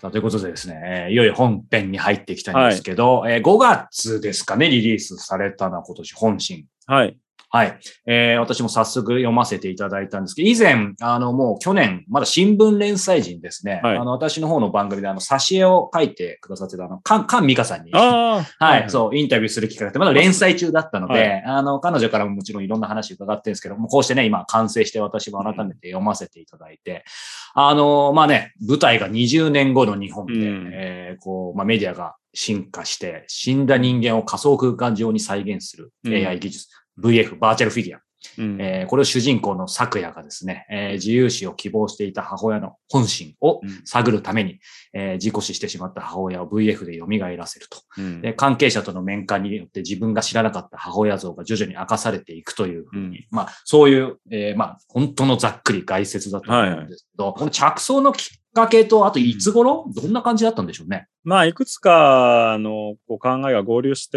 さあということでですね、いよいよ本編に入っていきたいんですはい。 けど、5月ですかね、リリースされたのは今年本心。 はい。 はい。私も早速読ませていただいたんですけど、以前、もう去年、まだ新聞連載時にですね、 はい。 私の方の番組で挿絵を書いてくださってた菅美香さんに、 ああ、 はい、 はいはい。 そう、インタビューする機会があって、まだま、 連載中だったのはい。 で、彼女からももちろんいろんな話伺ってるんですけども、こうしてね、今完成して私も改めて読ませていただいて、まあね、舞台が20年後の日本で、 うん。 メディアが進化して、死んだ人間を仮想空間上に再現するうん。 AI 技術、VF、バーチャルフィギュア。 うん。 これを主人公の咲夜がですね、自由死を希望していた母親の本心をうん。 探るために、事故死してしまった母親を VF で蘇らせると。で、 うん。 関係者との面会によって自分が知らなかった母親像が徐々に明かされていくというふうに、そういう、本当のざっくり概説だと思うんはいはい。 ですけど、この着想のきっかけと、あといつ頃、どんな感じだったんでしょうね。 いくつかのこう考えが合流して、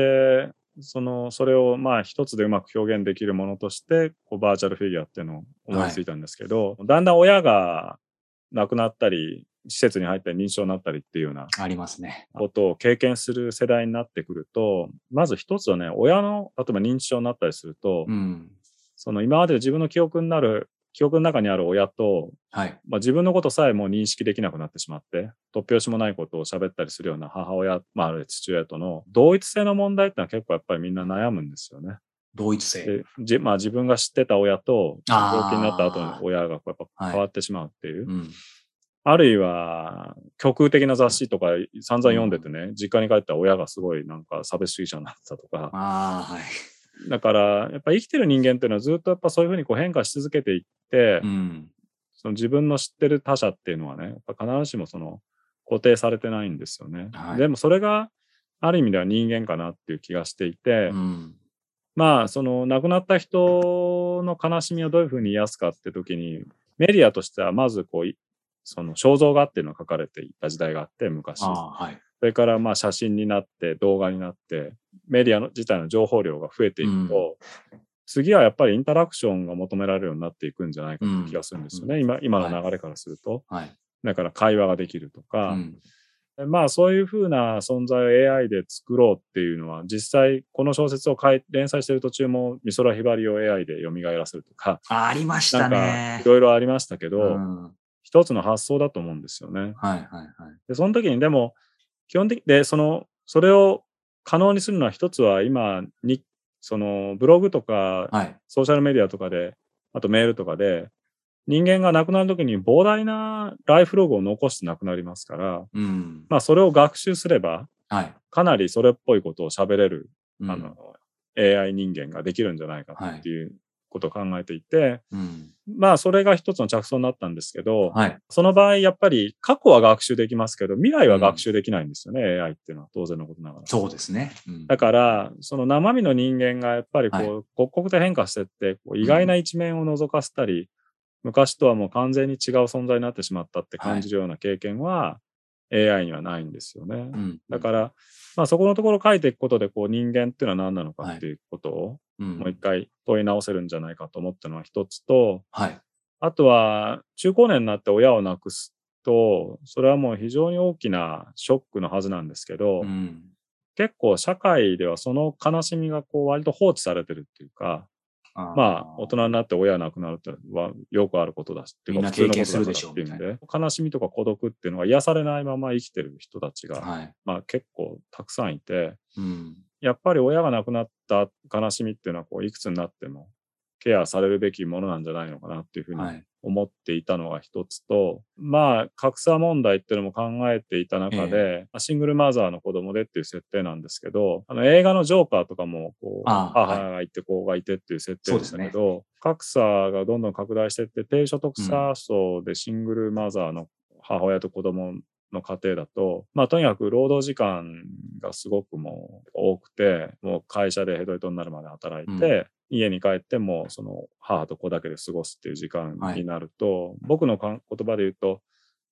それを一つでうまく表現できるものとして、バーチャルフィギュアっていうのを思いはい。 ついたんですけど、だんだん親が亡くなったり、施設に入ったり認知症になったりっていうようなありますね。 ことを経験する世代になってくると、まず一つはね、親の例えば認知症になったりすると、 うん。 その今まで自分の記憶の中にある親と、 はい。 自分のことさえも認識できなくなってしまって、突拍子もないことを喋ったりするような母親、あるいは父親との同一性の問題ってのは結構やっぱりみんな悩むんですよね。 同一性。 で、自分が知ってた親と病気になった後のあ親がやっぱあ、はい。 変わってしまうっていう。 うん。 あるいは、極右的な雑誌とか散々読んでうん。 てね、実家に帰ったら親がすごいなんか差別主義者になってたとか、 ああ、はい。 だからやっぱ生きてる人間っていうのはずっとやっぱそういう風に変化し続けていって、 うん。 その自分の知ってる他者っていうのはね、やっぱ必ずしも固定されてないんですよね。 はい。 でもそれがある意味では人間かなっていう気がしていて、 うん。 その亡くなった人の悲しみをどういう風に癒すかって時に、メディアとしてはまずその肖像画っていうのが書かれていた時代があって、昔。 ああ、はい。 それから写真になって動画になって、メディアの自体の情報量が増えてうん。 いくと、次はやっぱりインタラクションが求められるようになっていくんじゃないかうん。 って気がするんですうん。 よね。今のはい。 流れからすると。 はい。 だから会話ができるとか、 うん。 そういう風な存在を AI で作ろうっていうのは、実際この小説を連載している途中も美空ひばりを AI で蘇らせるとか、 ありましたなんかいね。 ろいろありましたけど、 うん。 一つの発想だと思うんですよね。 はいはいはい。 で、その時にでも、基本的で、それを可能にするのは一つは今に、ブログとかはい。 ソーシャルメディアとかで、あとメールとかで、人間が亡くなる時に膨大なライフログを残して亡くなりますから、 うん。 それを学習すれば、 はい。 かなりそれっぽいことを喋れる、あの、 うん。 AI 人間ができるんじゃないかっはい。 ていうことを考えていて、 うん。 それが一つの着想になったんですけど、 はい。 その場合やっぱり過去は学習できますけど、未来は学うん。 習できないんですよね、AI っていうのは当然のことながら。 そうですね。うん。 だから、その生身の人間がやっぱりはい。 刻々と変化してって、意うん。 外な一面を覗かせたり、昔とはもう完全に違う存在になってしまったってはい。 感じるような経験は AI にはないんですよね。 うん。うん。 だから、そこのところを書いていくことで、人間っていうのは何なのかっはい。 ていうことをうん。 もう一回問い直せるんじゃないかと思ったのは一つと、 はい。 あとは中高年になって親を亡くすと、それはもう非常に大きなショックのはずなんですけど、 うん。 結構社会ではその悲しみが割と放置されてるっていうか、大ああ、 人になって親が亡くなるってはよくあることだしっていうか普通みんな経のことだからっ験するでしょうみたいな。 ていうんで、悲しみとか孤独っていうのが癒されないまま生きてる人たちが、 はい。 結構たくさんいて、 うん。 やっぱり親が亡くなった悲しみっていうのは、いくつになってもケアされるべきものなんじゃないのかなっていうふうにはい。 思っていたのが一つと、格差問題っていうのも考えていたええ。 中で、シングルマザーの子供でっていう設定なんですけど、映画のジョーカーとかも、 ああ、はい。 母がいて子がいてっていう設定でしそうですね。 たけど、格差がどんどん拡大していって、低所得うん。 者層でシングルマザーの母親と子供の家庭だと、とにかく労働時間がすごくもう多くて、もう会社でヘトヘトになるまで働いうん。 て、家に帰ってもその母と子だけで過ごすっていう時間はい。 になると、僕の言葉で言うと、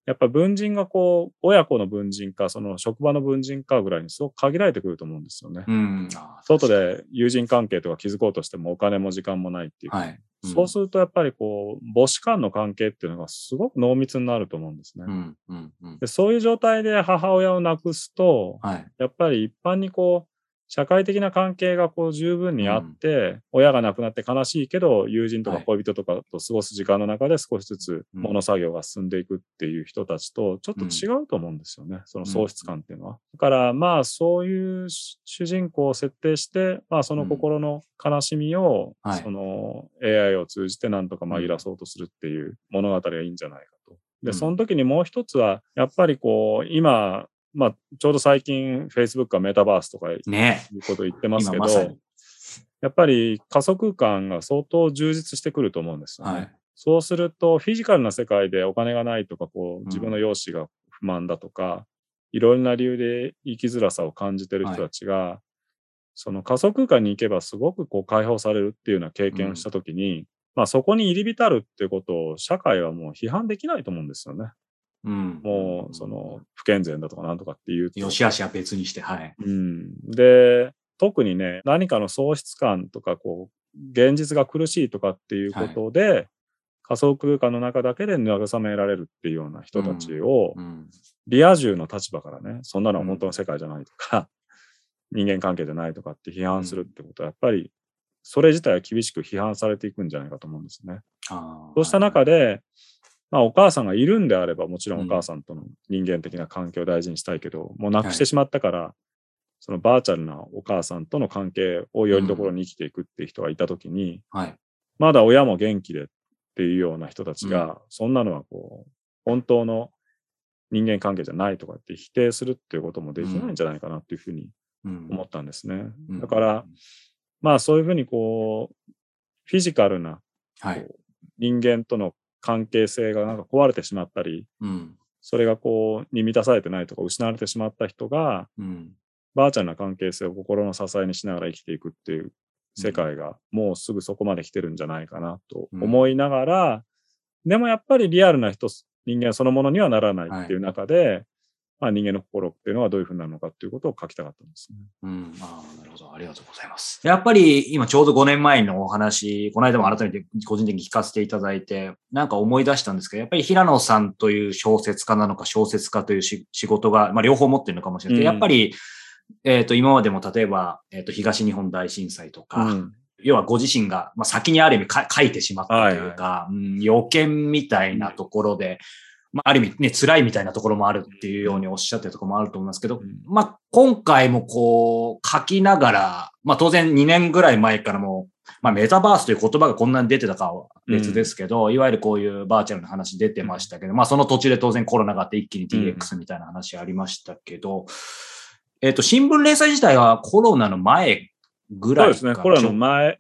やっぱ文人がこう、親子の文人か、その職場の文人かぐらいにすごく限られてくると思うんですよね。外で友人関係とか築こうとしてもお金も時間もないっていう。 はい。 そうするとやっぱりこう、母子間の関係っていうのがすごく濃密になると思うんですね。でそういう状態で母親を亡くすと、やっぱり一般にこう、社会的な関係がこう十分にあって、親が亡くなって悲しいけど、友人とか恋人とかと過ごす時間の中で少しずつ物作業が進んでいくっていう人たちとちょっと違うと思うんですよね。その喪失感っていうのは。だからまあそういう主人公を設定して、まあその心の悲しみを、その AI を通じてなんとか紛らそうとするっていう物語がいいんじゃないかと。で、その時にもう一つは、やっぱりこう、今、まあ、ちょうど最近、Facebook がメタバースとかいうことを言ってますけど、やっぱり仮想空間が相当充実してくると思うんですよね。そうすると、フィジカルな世界でお金がないとか、こう、自分の容姿が不満だとか、いろんな理由で生きづらさを感じてる人たちが、その仮想空間に行けばすごくこう解放されるっていうような経験をしたときに、まあそこに入り浸るっていうことを社会はもう批判できないと思うんですよね。もう、その、不健全だとかなんとかっていうと。 良し悪しは別にして、はい。 で、特にね、何かの喪失感とか、こう、現実が苦しいとかっていうことで、仮想空間の中だけで慰められるっていうような人たちを、リア充の立場からね、そんなのは本当の世界じゃないとか、人間関係じゃないとかって批判するってことは、やっぱり、それ自体は厳しく批判されていくんじゃないかと思うんですね。そうした中で、まあお母さんがいるんであればもちろんお母さんとの人間的な関係を大事にしたいけど、もうなくしてしまったから、そのバーチャルなお母さんとの関係をよりどころに生きていくっていう人がいたときに、まだ親も元気でっていうような人たちが、そんなのはこう、本当の人間関係じゃないとかって否定するっていうこともできないんじゃないかなっていうふうに思ったんですね。だから、まあそういうふうにこう、フィジカルな人間との関係性がなんか壊れてしまったり、それがこう、に満たされてないとか失われてしまった人が、バーチャルな関係性を心の支えにしながら生きていくっていう世界がもうすぐそこまで来てるんじゃないかなと思いながら、でもやっぱりリアルな人間そのものにはならないっていう中で、まあ人間の心っていうのはどういうふうになるのかっていうことを書きたかったんですね。 なるほど。ありがとうございます。やっぱり今ちょうど5年前のお話、この間も改めて個人的に聞かせていただいて、なんか思い出したんですけど、やっぱり平野さんという小説家なのか小説家という仕事が、まあ両方持ってるのかもしれない。やっぱり、今までも例えば、東日本大震災とか、要はご自身が、まあ、先にある意味書いてしまったというか、予見みたいなところで、まあ、ある意味ね、辛いみたいなところもあるっていうようにおっしゃってるところもあると思いますけど、まあ、今回もこう、書きながら、まあ、当然2年ぐらい前からも、まあ、メタバースという言葉がこんなに出てたかは別ですけど、いわゆるこういうバーチャルな話出てましたけど、まあ、その途中で当然コロナがあって一気に DX みたいな話ありましたけど、新聞連載自体はコロナの前ぐらいから。 そうですね、コロナの前、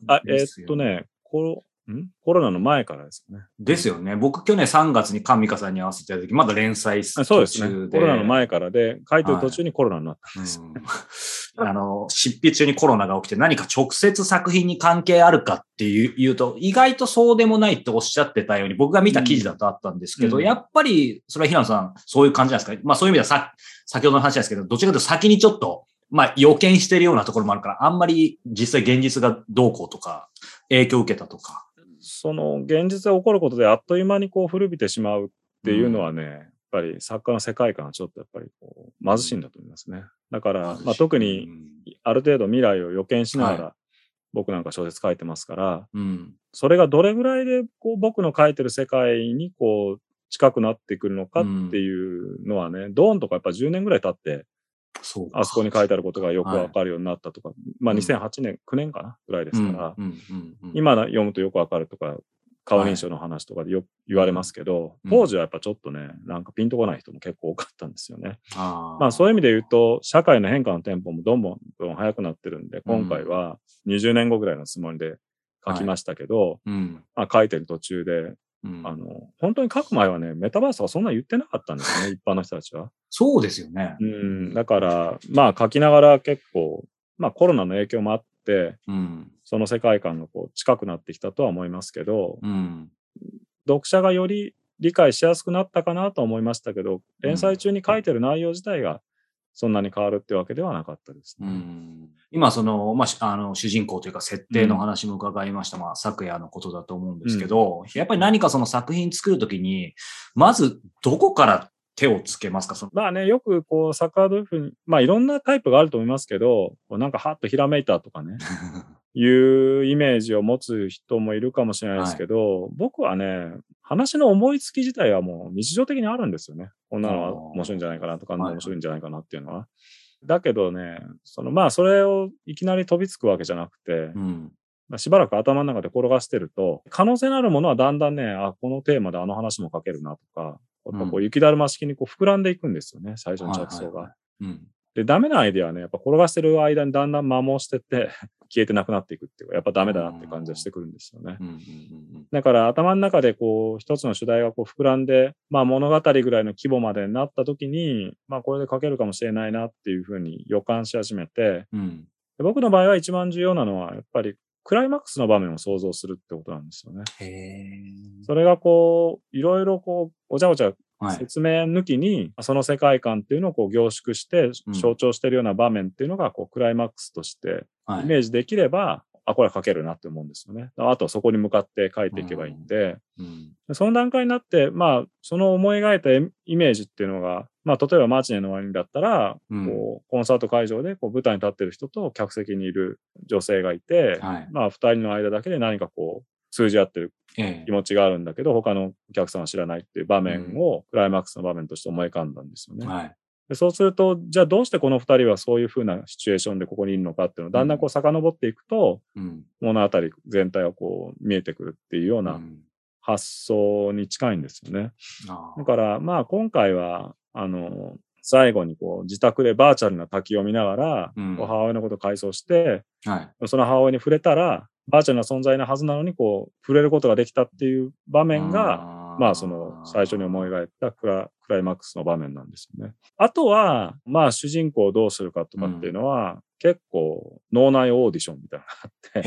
コロナの前からですよね。 ですよね。僕去年3月に菅美香さんに会わせていただいた時、まだ連載途中で。 そうですね。コロナの前からで、書いてる途中にコロナになったんです。 執筆中にコロナが起きて何か直接作品に関係あるかっていうと、意外とそうでもないっておっしゃってたように、僕が見た記事だとあったんですけど、やっぱり、それは平野さん、そういう感じなんですか？まあそういう意味では先ほどの話ですけど、どちらかというと先にちょっと、まあ予見してるようなところもあるから、あんまり実際現実がどうこうとか、影響を受けたとか。 その現実が起こることであっという間にこう古びてしまうっていうのはね、やっぱり作家の世界観はちょっとやっぱりこう貧しいんだと思いますね。だから、まあ、特にある程度未来を予見しながら、僕なんか小説書いてますから、それがどれぐらいでこう僕の書いてる世界にこう近くなってくるのかっていうのはね、ドーンとかやっぱ10年ぐらい経って、あそこに書いてあることがよくわかるようになったとか、まあ2008年、9年かなぐらいですから、今読むとよくわかるとか、顔認証の話とかでよく言われますけど、当時はやっぱちょっとね、なんかピンとこない人も結構多かったんですよね。まあそういう意味で言うと、社会の変化のテンポもどんどん速くなってるんで、今回は20年後ぐらいのつもりで書きましたけど、まあ書いてる途中で、本当に書く前はね、メタバースはそんな言ってなかったんですね、一般の人たちは。 そうですよね。 だから、まあ書きながら結構、まあコロナの影響もあって、その世界観がこう近くなってきたとは思いますけど、読者がより理解しやすくなったかなと思いましたけど、連載中に書いてる内容自体がそんなに変わるってわけではなかったですね。 今、主人公というか設定の話も伺いました。昨夜のことだと思うんですけど、やっぱり何かその作品作るときに、まずどこから手をつけますか？ よくサッカードリフに、いろんなタイプがあると思いますけど、なんかはっとひらめいたとかね、いうイメージを持つ人もいるかもしれないですけど、僕はね、話の思いつき自体はもう日常的にあるんですよね。こんなのは面白いんじゃないかなとか、あんな面白いんじゃないかなっていうのは。だけどね、それをいきなり飛びつくわけじゃなくて、しばらく頭の中で転がしてると、可能性のあるものはだんだんね、このテーマであの話も書けるなとか、やっぱ雪だるま式に膨らんでいくんですよね、最初の着想が。で、ダメなアイデアはね、やっぱ転がしてる間にだんだん摩耗してって、消えてなくなっていくっていうか、やっぱダメだなって感じがしてくるんですよね。だから頭の中で一つの主題が膨らんで、物語ぐらいの規模までになった時に、これで書けるかもしれないなっていうふうに予感し始めて、で僕の場合は一番重要なのは、やっぱりクライマックスの場面を想像するってことなんですよね。それがいろいろごちゃごちゃ説明抜きに、その世界観っていうのを凝縮して象徴しているような場面っていうのがクライマックスとしてイメージできれば、これは書けるなって思うんですよね。あとはそこに向かって書いていけばいいんで、その段階になって、その思い描いたイメージっていうのが、例えばマーチネの終わりだったら、コンサート会場で舞台に立ってる人と客席にいる女性がいて、二人の間だけで何か通じ合ってる気持ちがあるんだけど、他のお客さんは知らないっていう場面をクライマックスの場面として思い浮かんだんですよね。でそうすると、じゃあどうしてこの二人はそういう風なシチュエーションでここにいるのかっていうのをだんだん遡っていくと、物語全体が見えてくるっていうような発想に近いんですよね。だから今回は最後に自宅でバーチャルな滝を見ながら、母親のことを回想して、その母親に触れたら、バーチャルな存在なはずなのに触れることができたっていう場面が、その最初に思い描いたクライマックスの場面なんですよね。あとは、主人公をどうするかとかっていうのは、結構脳内オーディションみたいなのがあって、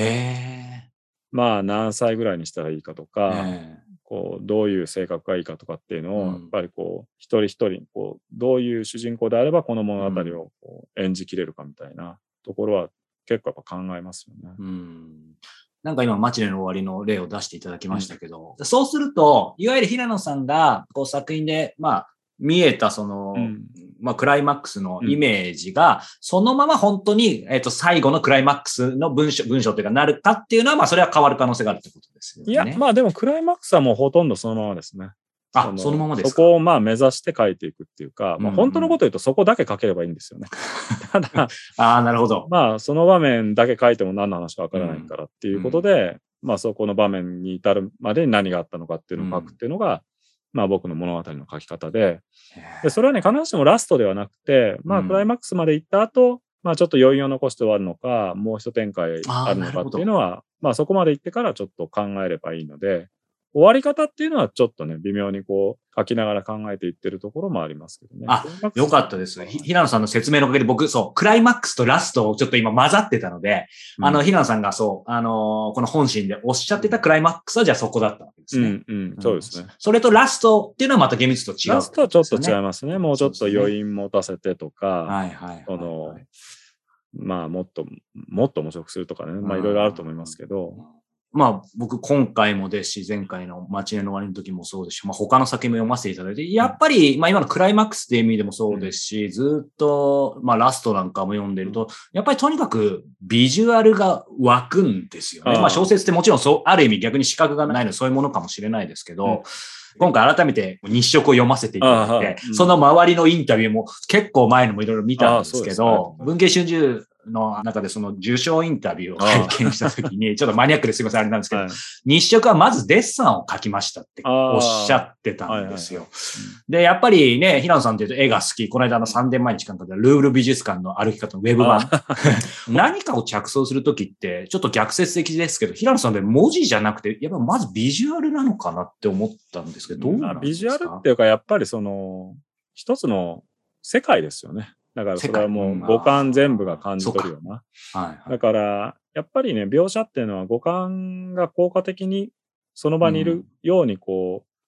何歳ぐらいにしたらいいかとか、どういう性格がいいかとかっていうのを、やっぱり一人一人、どういう主人公であればこの物語を演じきれるかみたいなところは結構やっぱ考えますよね。 なんか今、マチネの終わりの例を出していただきましたけど、そうすると、いわゆる平野さんが作品で、見えたクライマックスのイメージが、そのまま本当に、最後のクライマックスの文章というかなるかっていうのは、それは変わる可能性があるってことですよね。 いや、でもクライマックスはもうほとんどそのままですね。 そのままですか。 そこを目指して書いていくっていうか、本当のこと言うとそこだけ書ければいいんですよね。ただ、 なるほど。 その場面だけ書いても何の話かわからないからっていうことで、そこの場面に至るまでに何があったのかっていうのを書くっていうのが、僕の物語の書き方で、それはね、必ずしもラストではなくて、クライマックスまで行った後、ちょっと余韻を残して終わるのか、もう一展開あるのかっていうのは、そこまで行ってからちょっと考えればいいので、終わり方っていうのはちょっとね、微妙に書きながら考えていってるところもありますけどね。 よかったです。平野さんの説明のおかげで僕、クライマックスとラストをちょっと今混ざってたので、平野さんがこの本心でおっしゃってたクライマックスはじゃあそこだったわけですね。 そうですね。 それとラストっていうのはまた厳密と違う、 ラストはちょっと違いますね。もうちょっと余韻持たせてとか、もっと面白くするとかね、いろいろあると思いますけど、 僕今回もですし、前回のマチネの終わりの時もそうですし、他の作品も読ませていただいて、やっぱり、今のクライマックスっていう意味でもそうですし、ずっと、ラストなんかも読んでると、やっぱりとにかくビジュアルが湧くんですよね。小説ってもちろんある意味逆に視覚がないのでそういうものかもしれないですけど、今回改めて日食を読ませていただいて、その周りのインタビューも結構前のもいろいろ見たんですけど、文藝春秋の中でその受賞インタビューを拝見したときに、ちょっとマニアックですいません、あれなんですけど、日食はまずデッサンを描きましたっておっしゃってたんですよ。で、やっぱりね、平野さんって言うと絵が好き、この間3年前に時間かけたルーブル美術館の歩き方のウェブ版。何かを着想するときって、ちょっと逆説的ですけど、平野さんで文字じゃなくて、やっぱまずビジュアルなのかなって思ったんですけど、どうなんですか？ ビジュアルっていうか、やっぱり一つの世界ですよね。だからそれはもう五感全部が感じ取るような。だから、やっぱりね、描写っていうのは五感が効果的にその場にいるように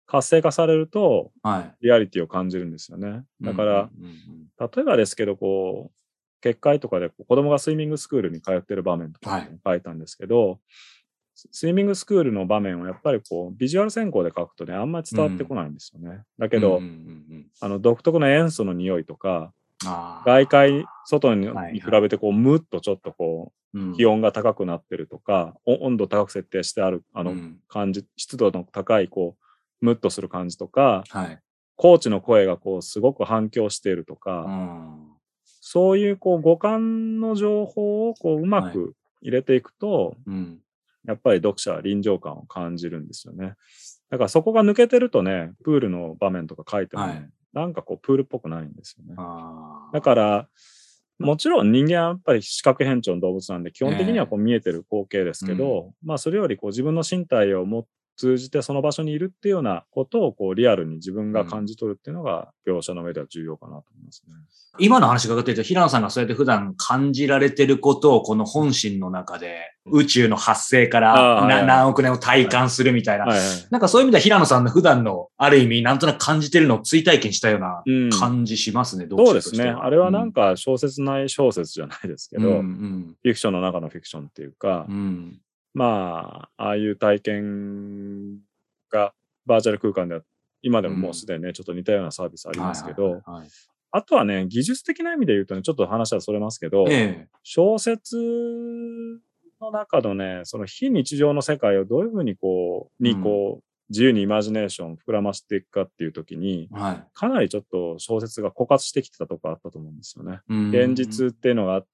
活性化されると、 はい。 リアリティを感じるんですよね。だから、例えばですけど、こう、結界とかで子供がスイミングスクールに通ってる場面とか書いたんですけど、スイミングスクールの場面をやっぱりこう、ビジュアル先行で書くとね、あんまり伝わってこないんですよね。だけど、独特の塩素の匂いとか、外界、外に比べてこう、むっとちょっとこう、気温が高くなってるとか、温度高く設定してある、感じ、湿度の高い、こう、ムッとする感じとか、コーチの声がこう、すごく反響しているとか、そういうこう、五感の情報をこう、うまく入れていくと、やっぱり読者は臨場感を感じるんですよね。だからそこが抜けてるとね、プールの場面とか書いてもね、なんかこうプールっぽくないんですよね。だから、もちろん人間はやっぱり視覚変調の動物なんで、基本的にはこう見えてる光景ですけど、まあそれよりこう自分の身体を通じてその場所にいるっていうようなことをこうリアルに自分が感じ取るっていうのが描写の上では重要かなと思いますね。 今の話が伺っていると、平野さんがそうやって普段感じられてることをこの本心の中で宇宙の発生から何億年を体感するみたいな、なんかそういう意味では平野さんの普段のある意味なんとなく感じてるのを追体験したような感じしますね、 そうですね。あれはなんか小説内小説じゃないですけど、フィクションの中のフィクションっていうか、まあ、ああいう体験がバーチャル空間では今でももうすでにね、ちょっと似たようなサービスありますけど、あとはね、技術的な意味で言うとね、ちょっと話はそれますけど、小説の中のね、その非日常の世界をどういうふうに自由にイマジネーションを膨らませていくかっていう時に、かなりちょっと小説が枯渇してきてたとこあったと思うんですよね。現実っていうのがあって、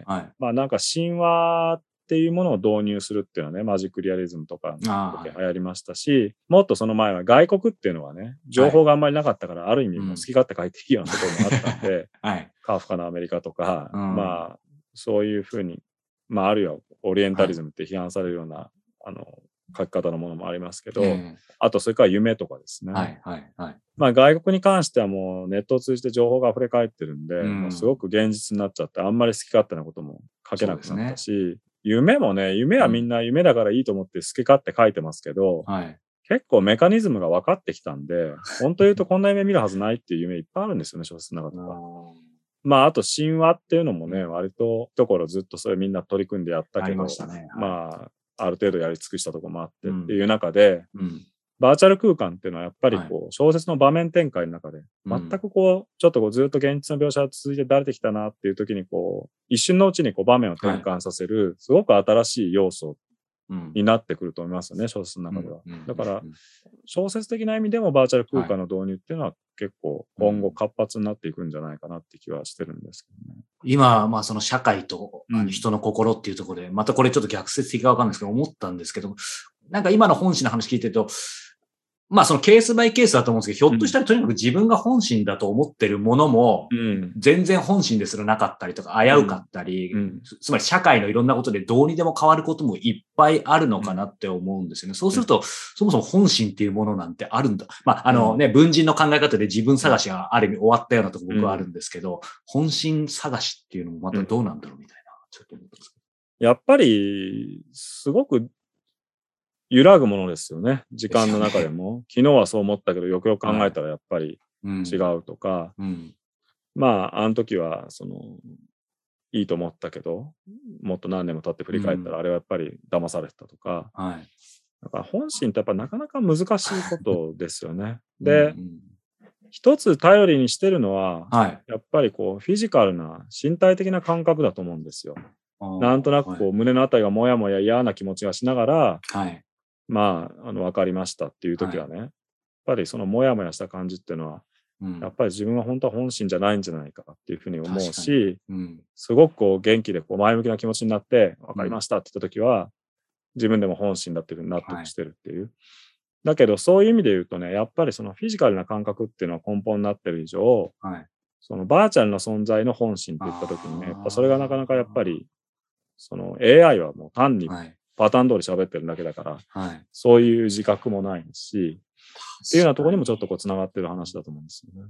まあなんか神話っていうものを導入するっていうのはね、マジックリアリズムとかの時流行りましたし、もっとその前は外国っていうのはね、情報があんまりなかったから、ある意味もう好き勝手書いていいようなところもあったんで、カフカのアメリカとか、まあそういうふうに、まああるいはオリエンタリズムって批判されるような、書き方のものもありますけど、あとそれから夢とかですね。まあ外国に関してはもうネットを通じて情報が溢れ返ってるんで、もうすごく現実になっちゃって、あんまり好き勝手なことも書けなくなったし、夢もね、夢はみんな夢だからいいと思って好き勝手書いてますけど、結構メカニズムが分かってきたんで、本当言うとこんな夢見るはずないっていう夢いっぱいあるんですよね、小説の中とか。まああと神話っていうのもね、割とところずっとそれみんな取り組んでやったけど、まあある程度やり尽くしたところもあってっていう中で、バーチャル空間っていうのはやっぱりこう、小説の場面展開の中で、全くこう、ちょっとこうずっと現実の描写が続いて慣れてきたなっていう時にこう、一瞬のうちにこう場面を転換させる、すごく新しい要素になってくると思いますよね、小説の中では。だから、小説的な意味でもバーチャル空間の導入っていうのは結構今後活発になっていくんじゃないかなって気はしてるんですけどね。 今、まあその社会と人の心っていうところで、またこれちょっと逆説的かわかんないですけど、思ったんですけど、なんか今の本心の話聞いてると、まあそのケースバイケースだと思うんですけど、ひょっとしたらとにかく自分が本心だと思ってるものも、全然本心ですらなかったりとか、危うかったり、つまり社会のいろんなことでどうにでも変わることもいっぱいあるのかなって思うんですよね。そうすると、そもそも本心っていうものなんてあるんだ。まあ文人の考え方で自分探しがある意味終わったようなところ僕はあるんですけど、本心探しっていうのもまたどうなんだろうみたいな、ちょっと思ってます。 やっぱり、すごく揺らぐものですよね。時間の中でも。昨日はそう思ったけど、よくよく考えたらやっぱり違うとか。まあ、あの時は、いいと思ったけど、もっと何年も経って振り返ったら、あれはやっぱり騙されてたとか。だから本心ってやっぱなかなか難しいことですよね。で、一つ頼りにしてるのは、やっぱりこう、フィジカルな身体的な感覚だと思うんですよ。なんとなくこう、胸のあたりがもやもや嫌な気持ちがしながら、まあ、わかりましたっていう時はね、やっぱりそのもやもやした感じっていうのは、やっぱり自分は本当は本心じゃないんじゃないかっていうふうに思うし、すごくこう元気でこう前向きな気持ちになって、わかりましたって言った時は、自分でも本心だっていうふうに納得してるっていう。だけどそういう意味で言うとね、やっぱりそのフィジカルな感覚っていうのは根本になってる以上、そのバーチャルな存在の本心って言った時にね、やっぱそれがなかなかやっぱり、その AI はもう単にパターン通り喋ってるだけだから、そういう自覚もないし、っていうようなところにもちょっとこう繋がってる話だと思うんですよね。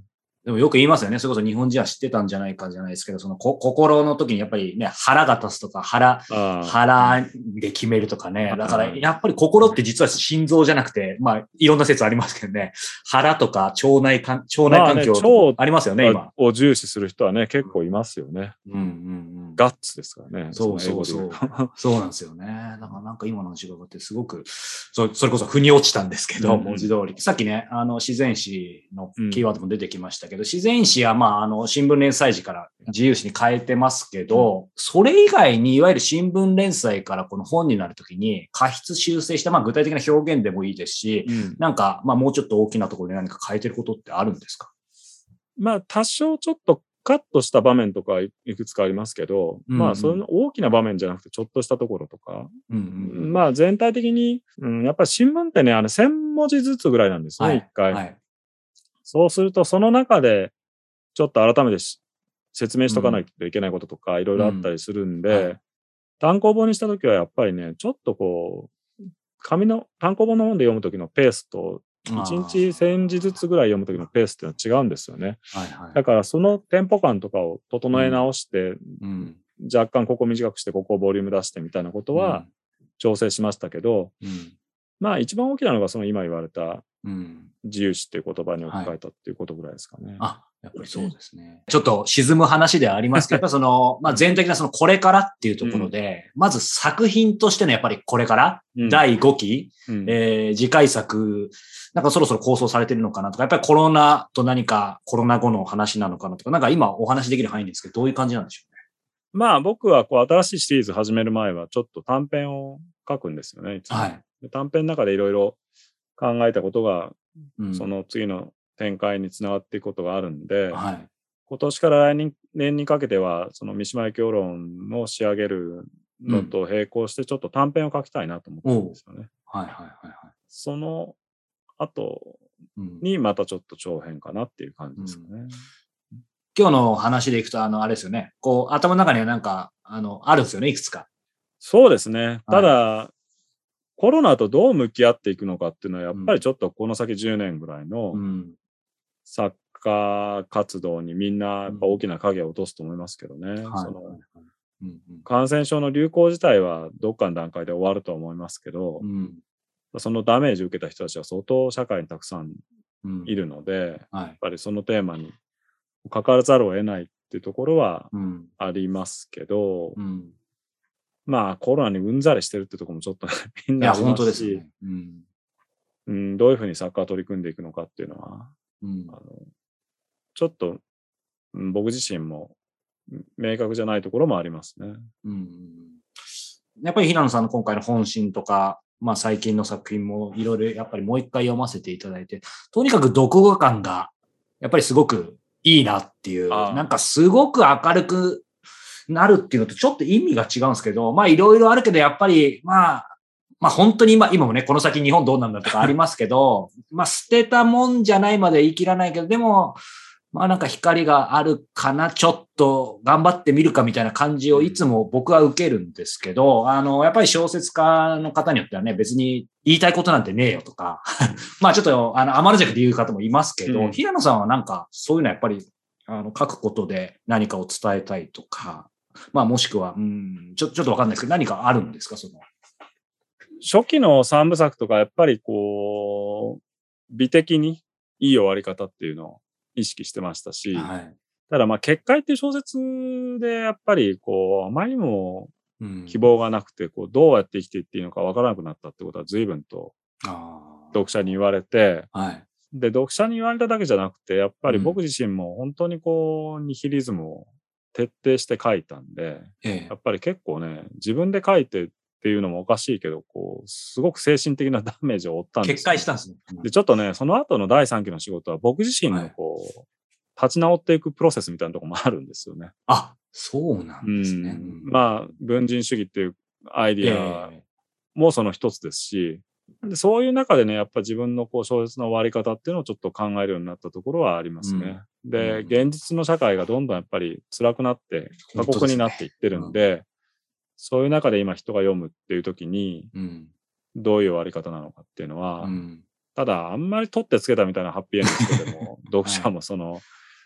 でもよく言いますよね。それこそ日本人は知ってたんじゃないかじゃないですけど、その心の時にやっぱりね、腹が立つとか、腹で決めるとかね。だからやっぱり心って実は心臓じゃなくて、まあいろんな説ありますけどね。腹とか腸内環境ありますよね、今。 を重視する人はね、結構いますよね。ガッツですからね。 そうなんですよね。だからなんか今の話がってすごく、それこそ腑に落ちたんですけど、文字通り。さっきね、自然史のキーワードも出てきましたけど、自然史はまあ、新聞連載時から自由史に変えてますけど、それ以外にいわゆる新聞連載からこの本になるときに過筆修正した、まあ具体的な表現でもいいですし、なんか、まあもうちょっと大きなところで何か変えてることってあるんですか？ まあ多少ちょっとカットした場面とかいくつかありますけど、まあその大きな場面じゃなくてちょっとしたところとか、まあ全体的に、やっぱり新聞ってね、1000文字ずつぐらいなんですね、一回。そうするとその中でちょっと改めて説明しとかないといけないこととかいろいろあったりするんで、単行本にした時はやっぱりね、ちょっとこう、単行本の本で読む時のペースと、1日1000字ずつぐらい読む時のペースっていうのは違うんですよね。だからそのテンポ感とかを整え直して、若干ここ短くしてここボリューム出してみたいなことは調整しましたけど、まあ一番大きなのがその今言われた自由史っていう言葉に置き換えたっていうことぐらいですかね。 やっぱりそうですね。ちょっと沈む話ではありますけど、やっぱその、まあ、全体的なそのこれからっていうところで、まず作品としてのやっぱりこれから、第5期、次回作、なんかそろそろ構想されてるのかなとか、やっぱりコロナと何かコロナ後の話なのかなとか、なんか今お話できる範囲ですけど、どういう感じなんでしょうね。 まあ僕はこう新しいシリーズ始める前はちょっと短編を書くんですよね、いつも。短編の中でいろいろ考えたことが、その次の展開につながっていくことがあるんで、今年から来年にかけてはその三島由紀夫論を仕上げるのと並行してちょっと短編を書きたいなと思ってるんですよね。その後にまたちょっと長編かなっていう感じですかね。 今日の話でいくと、あれですよね。こう、頭の中にはなんか、あるんですよね、いくつか。 そうですね。ただ、コロナとどう向き合っていくのかっていうのは、やっぱりちょっとこの先10年ぐらいの作家活動にみんなやっぱ大きな影を落とすと思いますけどね。感染症の流行自体はどっかの段階で終わるとは思いますけど、そのダメージを受けた人たちは相当社会にたくさんいるので、やっぱりそのテーマに関わらざるを得ないっていうところはありますけど、まあコロナにうんざりしてるってところもちょっとみんなありますし、どういうふうに作家は取り組んでいくのかっていうのは、ちょっと僕自身も明確じゃないところもありますね。 やっぱり平野さんの今回の本心とか、まあ最近の作品もいろいろやっぱりもう一回読ませていただいて、とにかく読後感がやっぱりすごくいいなっていう、なんかすごく明るくなるっていうのとちょっと意味が違うんですけど、まあいろいろあるけどやっぱりまあ本当に今もね、この先日本どうなんだとかありますけど、まあ捨てたもんじゃないまで言い切らないけど、でも、まあなんか光があるかな、ちょっと頑張ってみるかみたいな感じをいつも僕は受けるんですけど、やっぱり小説家の方によってはね、別に言いたいことなんてねえよとか、まあちょっと天の弱で言う方もいますけど、平野さんはなんかそういうのはやっぱり書くことで何かを伝えたいとか、まあもしくは、ちょっとわかんないですけど、何かあるんですか、その。 初期の三部作とかやっぱりこう、美的にいい終わり方っていうのを意識してましたし、ただまあ結界っていう小説でやっぱりこう、あまりにも希望がなくて、こう、どうやって生きていっていいのかわからなくなったってことは随分と読者に言われて、で、読者に言われただけじゃなくて、やっぱり僕自身も本当にこう、ニヒリズムを徹底して書いたんで、やっぱり結構ね、自分で書いてっていうのもおかしいけど、こう、すごく精神的なダメージを負ったんです、 決壊したんですね。 で、ちょっとね、その後の第3期の仕事は僕自身のこう、立ち直っていくプロセスみたいなところもあるんですよね。 そうなんですね。 まあ、文人主義っていうアイディアもその一つですし、でそういう中でね、やっぱ自分のこう小説の終わり方っていうのをちょっと考えるようになったところはありますね。で、現実の社会がどんどんやっぱり辛くなって過酷になっていってるんで、そういう中で今人が読むっていう時に、どういう終わり方なのかっていうのは、ただあんまり取ってつけたみたいなハッピーエンドつけても、読者もその、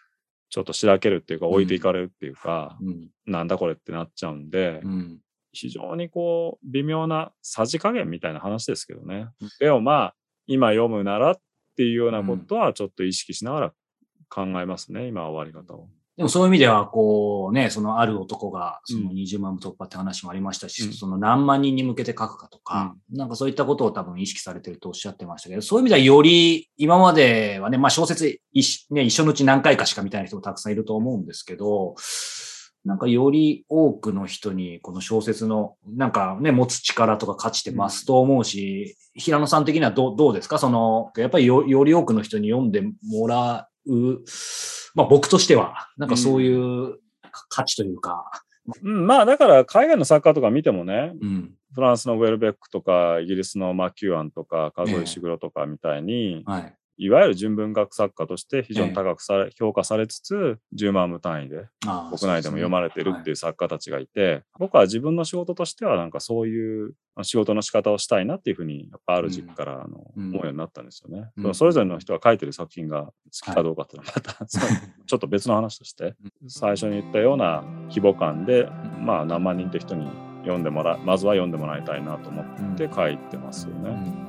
ちょっとしらけるっていうか置いていかれるっていうか、なんだこれってなっちゃうんで、非常にこう微妙なさじ加減みたいな話ですけどね。でもまあ今読むならっていうようなことはちょっと意識しながら考えますね、今は終わり方を。 でもそういう意味では、こうね、そのある男が、その20万部突破って話もありましたし、その何万人に向けて書くかとか、なんかそういったことを多分意識されてるとおっしゃってましたけど、そういう意味ではより、今まではね、まあ小説一緒のうち何回かしかみたいな人もたくさんいると思うんですけど、なんかより多くの人にこの小説のなんかね、持つ力とか価値って増すと思うし、平野さん的にはどうですか？その、やっぱりより多くの人に読んでもらう、まあ僕としては、なんかそういう価値というか。 まあだから海外の作家とか見てもね、フランスのウェルベックとか、イギリスのマキュアンとか、数石黒とかみたいに、いわゆる純文学作家として非常に高く評価されつつ、10万部単位で国内でも読まれてるっていう作家たちがいて、僕は自分の仕事としてはなんかそういう仕事の仕方をしたいなっていうふうに、やっぱある時期から思うようになったんですよね。それぞれの人が書いてる作品が好きかどうかっていうのはまたちょっと別の話として、最初に言ったような規模感で、まあ何万人って人にまずは読んでもらいたいなと思って書いてますよね。